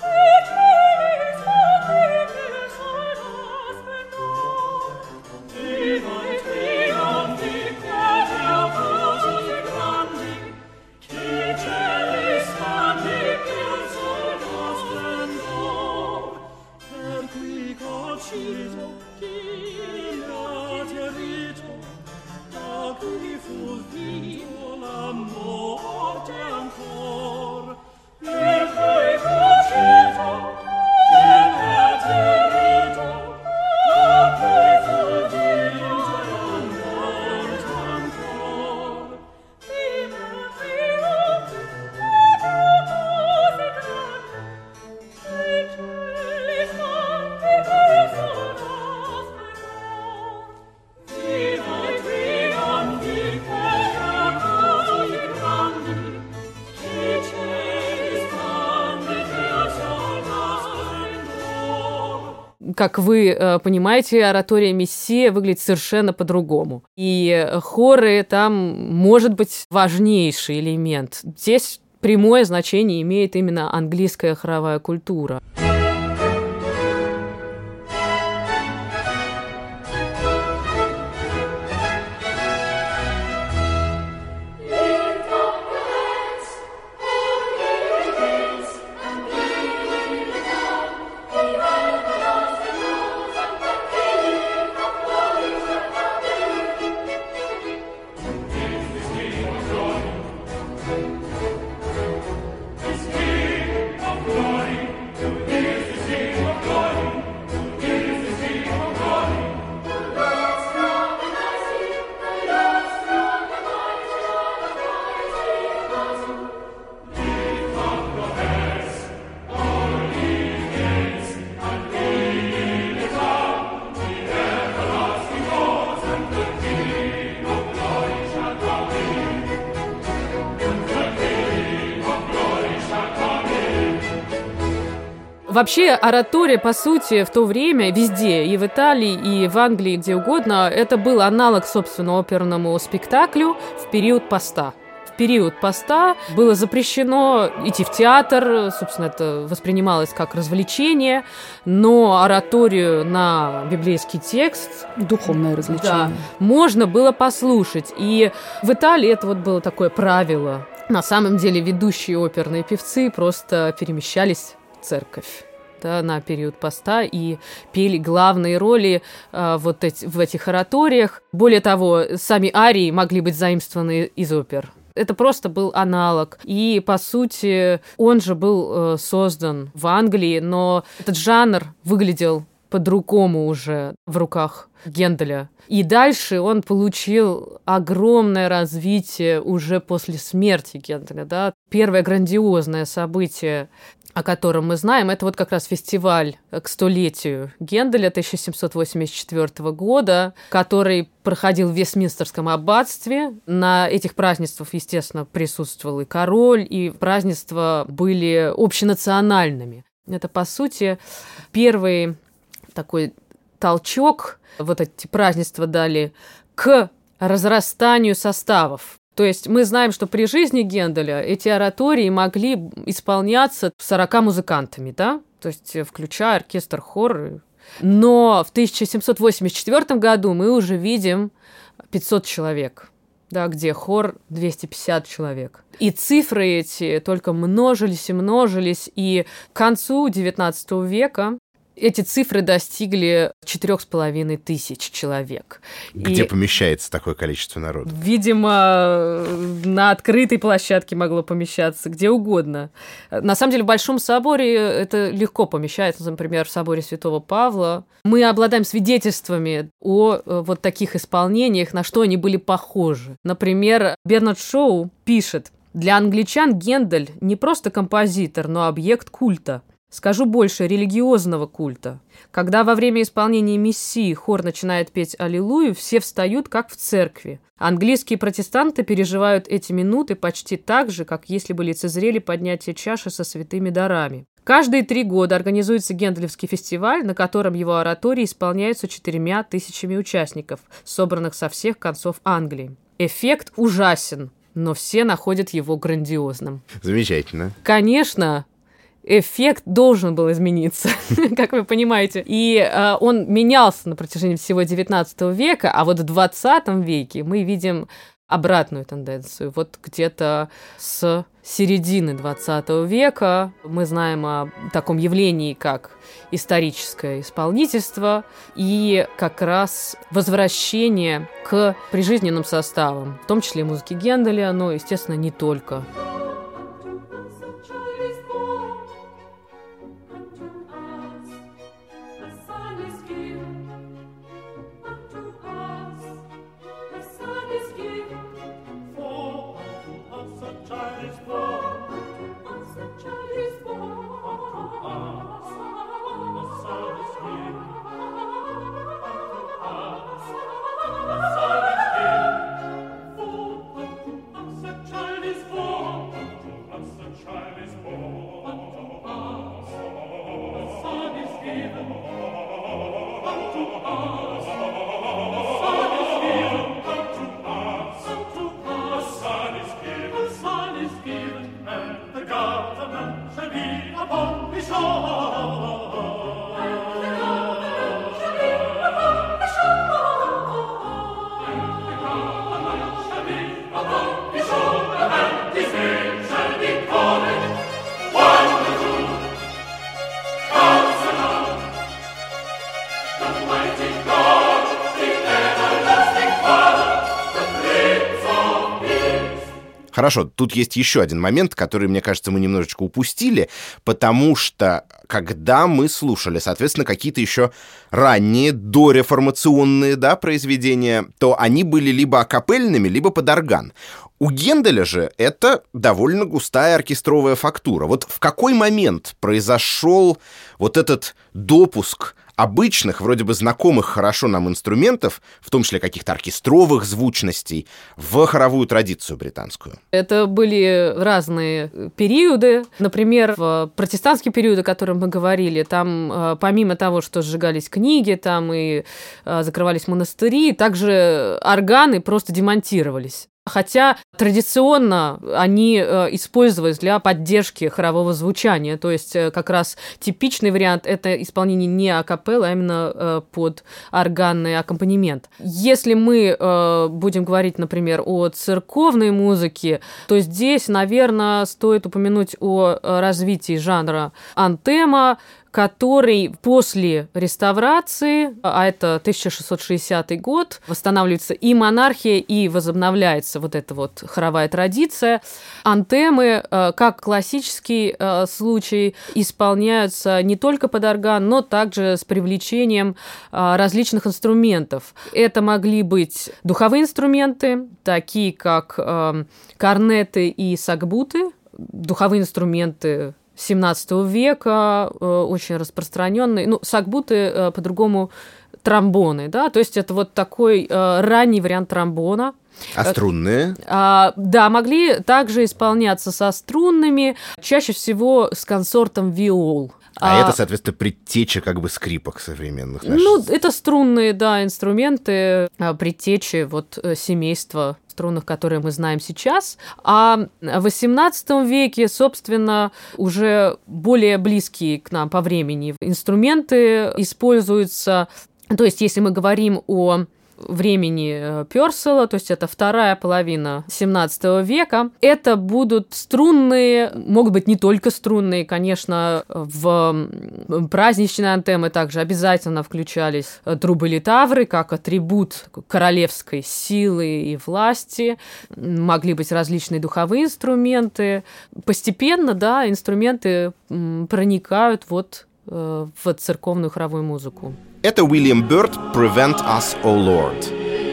Как вы понимаете, оратория «Мессия» выглядит совершенно по-другому. И хоры там может быть важнейший элемент. Здесь прямое значение имеет именно английская хоровая культура. Вообще, оратория, по сути, в то время везде, и в Италии, и в Англии, где угодно, это был аналог, собственно, оперному спектаклю в период поста. В период поста было запрещено идти в театр, собственно, это воспринималось как развлечение, но ораторию на библейский текст... Духовное развлечение. Да, можно было послушать. И в Италии это вот было такое правило. На самом деле ведущие оперные певцы просто перемещались в церковь, да, на период поста и пели главные роли в этих ораториях. Более того, сами арии могли быть заимствованы из опер. Это просто был аналог. И, по сути, он же был создан в Англии, но этот жанр выглядел по-другому уже в руках Генделя. И дальше он получил огромное развитие уже после смерти Генделя. Да? Первое грандиозное событие, о котором мы знаем, это вот как раз фестиваль к 100-летию Генделя 1784 года, который проходил в Вестминстерском аббатстве. На этих празднествах, естественно, присутствовал и король, и празднества были общенациональными. Это, по сути, первый такой толчок, вот эти празднества дали к разрастанию составов. То есть мы знаем, что при жизни Генделя эти оратории могли исполняться 40 музыкантами, да? То есть включая оркестр, хор. Но в 1784 году мы уже видим 500 человек, да, где хор 250 человек. И цифры эти только множились и множились, и к концу XIX века эти цифры достигли 4500 человек. Где помещается такое количество народу? Видимо, на открытой площадке могло помещаться, где угодно. На самом деле, в Большом соборе это легко помещается, например, в соборе Святого Павла. Мы обладаем свидетельствами о вот таких исполнениях, на что они были похожи. Например, Бернард Шоу пишет: «Для англичан Гендель не просто композитор, но объект культа. Скажу больше, религиозного культа. Когда во время исполнения Мессии хор начинает петь «Аллилуйю», все встают, как в церкви. Английские протестанты переживают эти минуты почти так же, как если бы лицезрели поднятие чаши со святыми дарами. Каждые 3 года организуется Генделевский фестиваль, на котором его оратории исполняются 4000 участников, собранных со всех концов Англии. Эффект ужасен, но все находят его грандиозным». Замечательно. Конечно, эффект должен был измениться, как вы понимаете. И он менялся на протяжении всего XIX века, а вот в XX веке мы видим обратную тенденцию. Вот где-то с середины XX века мы знаем о таком явлении, как историческое исполнительство и как раз возвращение к прижизненным составам, в том числе музыки Генделя, но, естественно, не только. Хорошо, тут есть еще один момент, который, мне кажется, мы немножечко упустили, потому что когда мы слушали, соответственно, какие-то еще ранние, дореформационные, да, произведения, то они были либо акапельными, либо под орган. У Генделя же это довольно густая оркестровая фактура. Вот в какой момент произошел вот этот допуск обычных, вроде бы знакомых хорошо нам инструментов, в том числе каких-то оркестровых звучностей, в хоровую традицию британскую? Это были разные периоды. Например, в протестантский период, о котором мы говорили, там помимо того, что сжигались книги, там и закрывались монастыри, также органы просто демонтировались. Хотя традиционно они использовались для поддержки хорового звучания. То есть как раз типичный вариант – это исполнение не акапелла, а именно под органный аккомпанемент. Если мы будем говорить, например, о церковной музыке, то здесь, наверное, стоит упомянуть о развитии жанра антема, который после реставрации, а это 1660 год, восстанавливается и монархия, и возобновляется вот эта вот хоровая традиция. Антемы, как классический случай, исполняются не только под орган, но также с привлечением различных инструментов. Это могли быть духовые инструменты, такие как корнеты и сагбуты, духовые инструменты XVII века, очень распространенные. Ну, сагбуты по-другому тромбоны, да, то есть это вот такой ранний вариант тромбона. А струнные? Да, могли также исполняться со струнными, чаще всего с консортом виол. Это, соответственно, предтеча как бы скрипок современных наших. Ну, это струнные, да, инструменты, предтечи вот семейства струнных, которые мы знаем сейчас. А в XVIII веке, собственно, уже более близкие к нам по времени инструменты используются. То есть, если мы говорим о времени Пёрселла, то есть это вторая половина XVII века. Это будут струнные, могут быть не только струнные, конечно, в праздничные антемы также обязательно включались трубы-литавры как атрибут королевской силы и власти. Могли быть различные духовые инструменты. Постепенно, да, инструменты проникают вот в церковную хоровую музыку. Это Уильям Бёрд «Prevent Us, O Lord».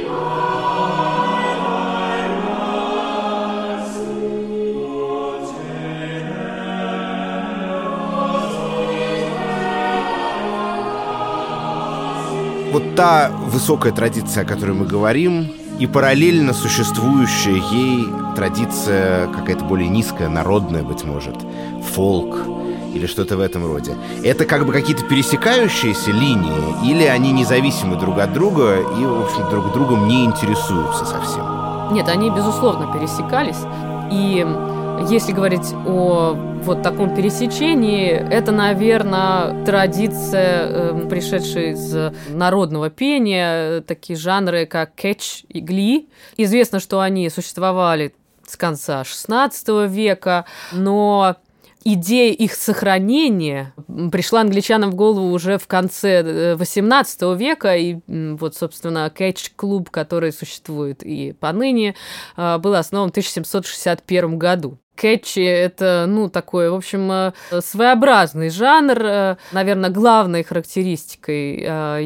Вот та высокая традиция, о которой мы говорим, и параллельно существующая ей традиция какая-то более низкая, народная, быть может, фолк или что-то в этом роде. Это как бы какие-то пересекающиеся линии, или они независимы друг от друга и, в общем, друг другом не интересуются совсем? Нет, они, безусловно, пересекались. И если говорить о вот таком пересечении, это, наверное, традиция, пришедшая из народного пения, такие жанры, как кэтч и гли. Известно, что они существовали с конца XVI века, но идея их сохранения пришла англичанам в голову уже в конце XVIII века, и вот, собственно, кэтч-клуб, который существует и поныне, был основан в 1761 году. Кэтчи — это, такой, в общем, своеобразный жанр. Наверное, главной характеристикой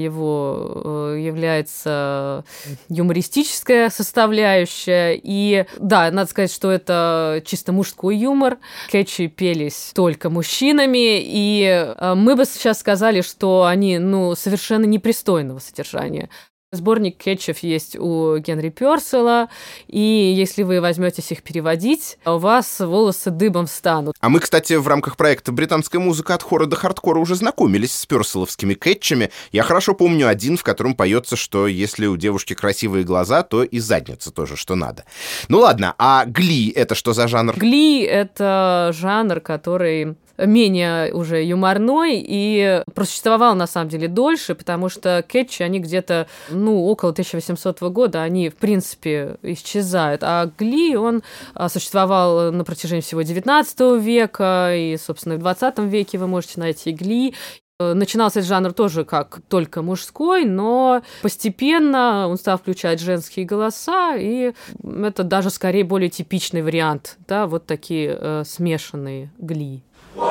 его является юмористическая составляющая. И, да, надо сказать, что это чисто мужской юмор. Кэтчи пелись только мужчинами, и мы бы сейчас сказали, что они, совершенно непристойного содержания. Сборник кетчев есть у Генри Пёрселла, и если вы возьметесь их переводить, у вас волосы дыбом встанут. А мы, кстати, в рамках проекта «Британская музыка от хора до хардкора» уже знакомились с пёрселловскими кетчами. Я хорошо помню один, в котором поется, что если у девушки красивые глаза, то и задница тоже, что надо. Ну ладно, а гли — это что за жанр? Гли — это жанр, который менее уже юморной и просуществовал, на самом деле, дольше, потому что кетчи, они где-то, около 1800 года, они, в принципе, исчезают. А гли, он существовал на протяжении всего XIX века, и, собственно, в XX веке вы можете найти гли. Начинался этот жанр тоже как только мужской, но постепенно он стал включать женские голоса, и это даже скорее более типичный вариант, да, вот такие смешанные гли.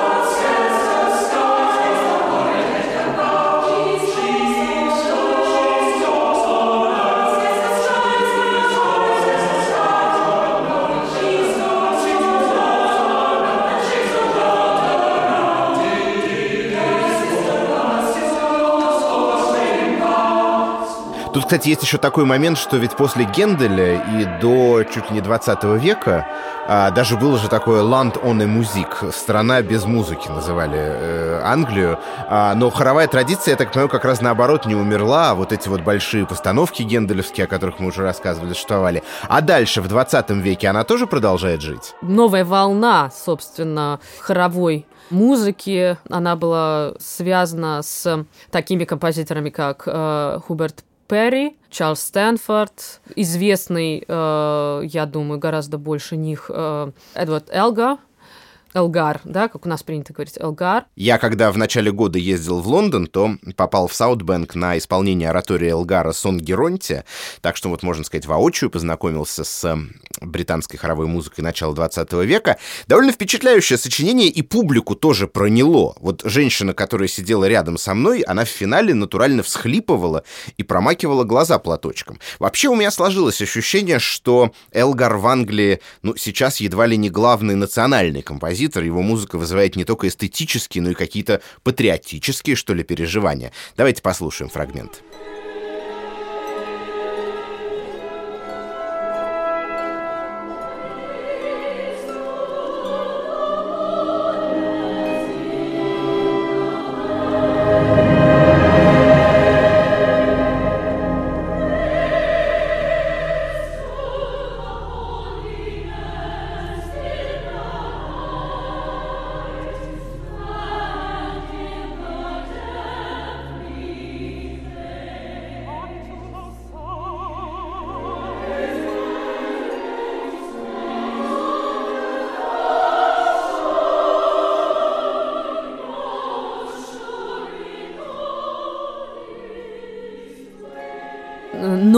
Тут, кстати, есть еще такой момент, что ведь после Генделя и до чуть ли не 20 века даже было же такое «Land ohne Musik», «Страна без музыки» называли Англию. Но хоровая традиция, я так понимаю, как раз наоборот не умерла. Вот эти вот большие постановки генделевские, о которых мы уже рассказывали, существовали. А дальше, в 20 веке, она тоже продолжает жить? Новая волна, собственно, хоровой музыки, она была связана с такими композиторами, как Хуберт Перри, Чарльз Стэнфорд, известный, я думаю, гораздо больше них Эдвард Элгар, да, как у нас принято говорить, Элгар. Я, когда в начале года ездил в Лондон, то попал в Саутбэнк на исполнение оратории Элгара «Сон Геронтия», так что, вот, можно сказать, воочию познакомился с британской хоровой музыкой начала 20 века. Довольно впечатляющее сочинение, и публику тоже проняло. Вот женщина, которая сидела рядом со мной, она в финале натурально всхлипывала и промакивала глаза платочком. Вообще у меня сложилось ощущение, что Элгар в Англии, сейчас едва ли не главный национальный композитор. Его музыка вызывает не только эстетические, но и какие-то патриотические, что ли, переживания. Давайте послушаем фрагмент.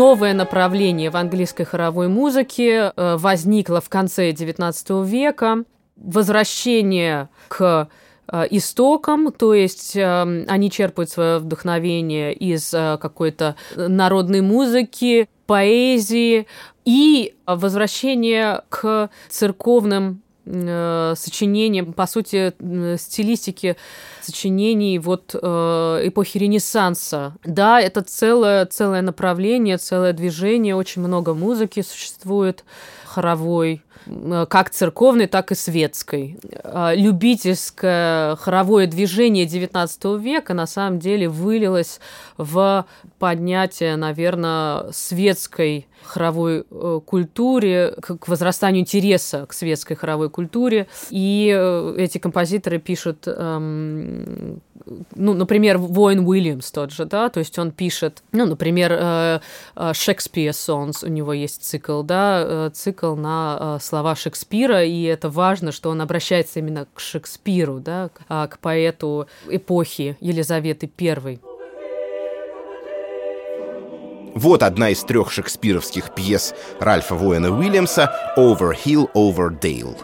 новое направление в английской хоровой музыке возникло в конце XIX века. Возвращение к истокам, то есть они черпают свое вдохновение из какой-то народной музыки, поэзии и возвращение к церковным сочинениям, по сути, стилистики сочинений эпохи Ренессанса. Да, это целое направление, целое движение, очень много музыки существует хоровой, как церковной, так и светской. Любительское хоровое движение XIX века на самом деле вылилось в поднятие, наверное, светской хоровой культуре, к возрастанию интереса к светской хоровой культуре. И эти композиторы пишут, например, Войн Уильямс тот же, да, то есть он пишет, например, Shakespeare Songs, у него есть цикл, да, цикл на слова Шекспира, и это важно, что он обращается именно к Шекспиру, да, к поэту эпохи Елизаветы I. Вот одна из 3 шекспировских пьес Ральфа Война Уильямса «Over Hill, Over Dale».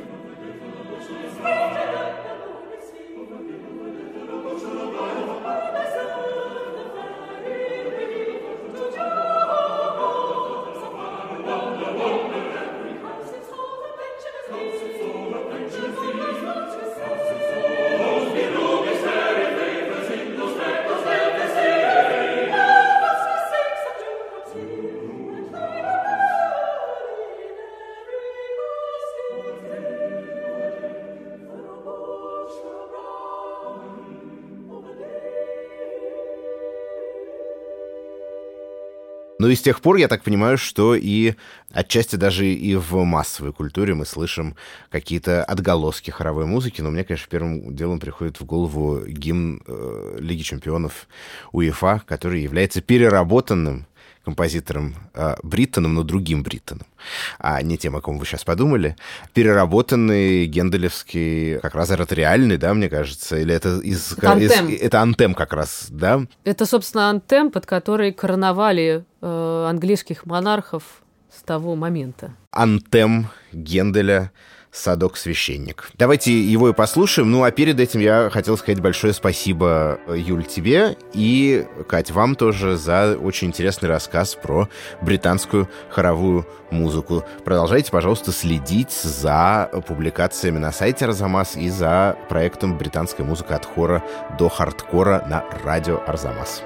Ну и с тех пор, я так понимаю, что и отчасти даже и в массовой культуре мы слышим какие-то отголоски хоровой музыки. Но мне, конечно, первым делом приходит в голову гимн Лиги чемпионов УЕФА, который является переработанным композитором Бриттоном, но другим Бриттоном, а не тем, о ком вы сейчас подумали. Переработанный генделевский, как раз ораториальный, да, мне кажется, или это это антем как раз, да? Это, собственно, антем, под который короновали английских монархов с того момента. Антем Генделя «Садок-священник». Давайте его и послушаем. Ну, а перед этим я хотел сказать большое спасибо, Юль, тебе и, Кать, вам тоже за очень интересный рассказ про британскую хоровую музыку. Продолжайте, пожалуйста, следить за публикациями на сайте Арзамас и за проектом «Британская музыка от хора до хардкора» на радио Арзамас.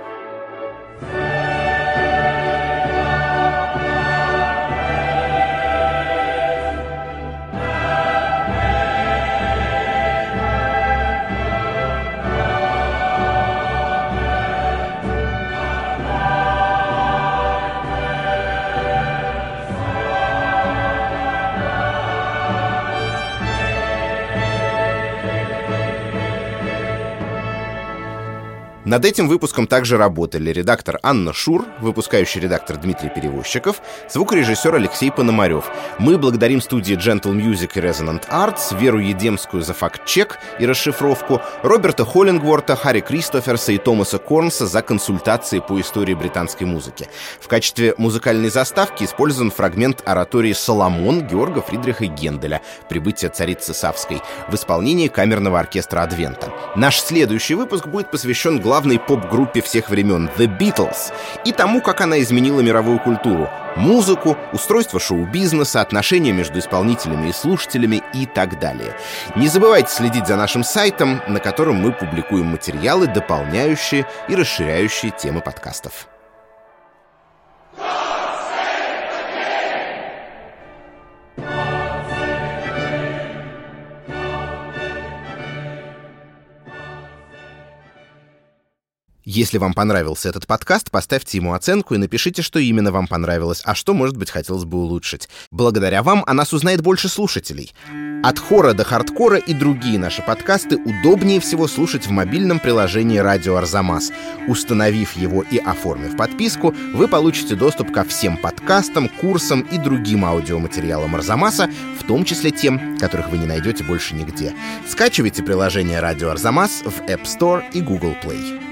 Над этим выпуском также работали редактор Анна Шур, выпускающий редактор Дмитрий Перевозчиков, звукорежиссер Алексей Пономарев. Мы благодарим студии Gentle Music и Resonant Arts, Веру Едемскую за факт-чек и расшифровку, Роберта Холлингворта, Харри Кристоферса и Томаса Корнса за консультации по истории британской музыки. В качестве музыкальной заставки использован фрагмент оратории «Соломон» Георга Фридриха Генделя «Прибытие царицы Савской» в исполнении камерного оркестра Адвента. Наш следующий выпуск будет посвящен главной поп-группе всех времен The Beatles и тому, как она изменила мировую культуру, музыку, устройство шоу-бизнеса, отношения между исполнителями и слушателями и так далее. Не забывайте следить за нашим сайтом, на котором мы публикуем материалы, дополняющие и расширяющие темы подкастов. Если вам понравился этот подкаст, поставьте ему оценку и напишите, что именно вам понравилось, а что, может быть, хотелось бы улучшить. Благодаря вам о нас узнает больше слушателей. От хора до хардкора и другие наши подкасты удобнее всего слушать в мобильном приложении «Радио Арзамас». Установив его и оформив подписку, вы получите доступ ко всем подкастам, курсам и другим аудиоматериалам Арзамаса, в том числе тем, которых вы не найдете больше нигде. Скачивайте приложение «Радио Арзамас» в App Store и Google Play.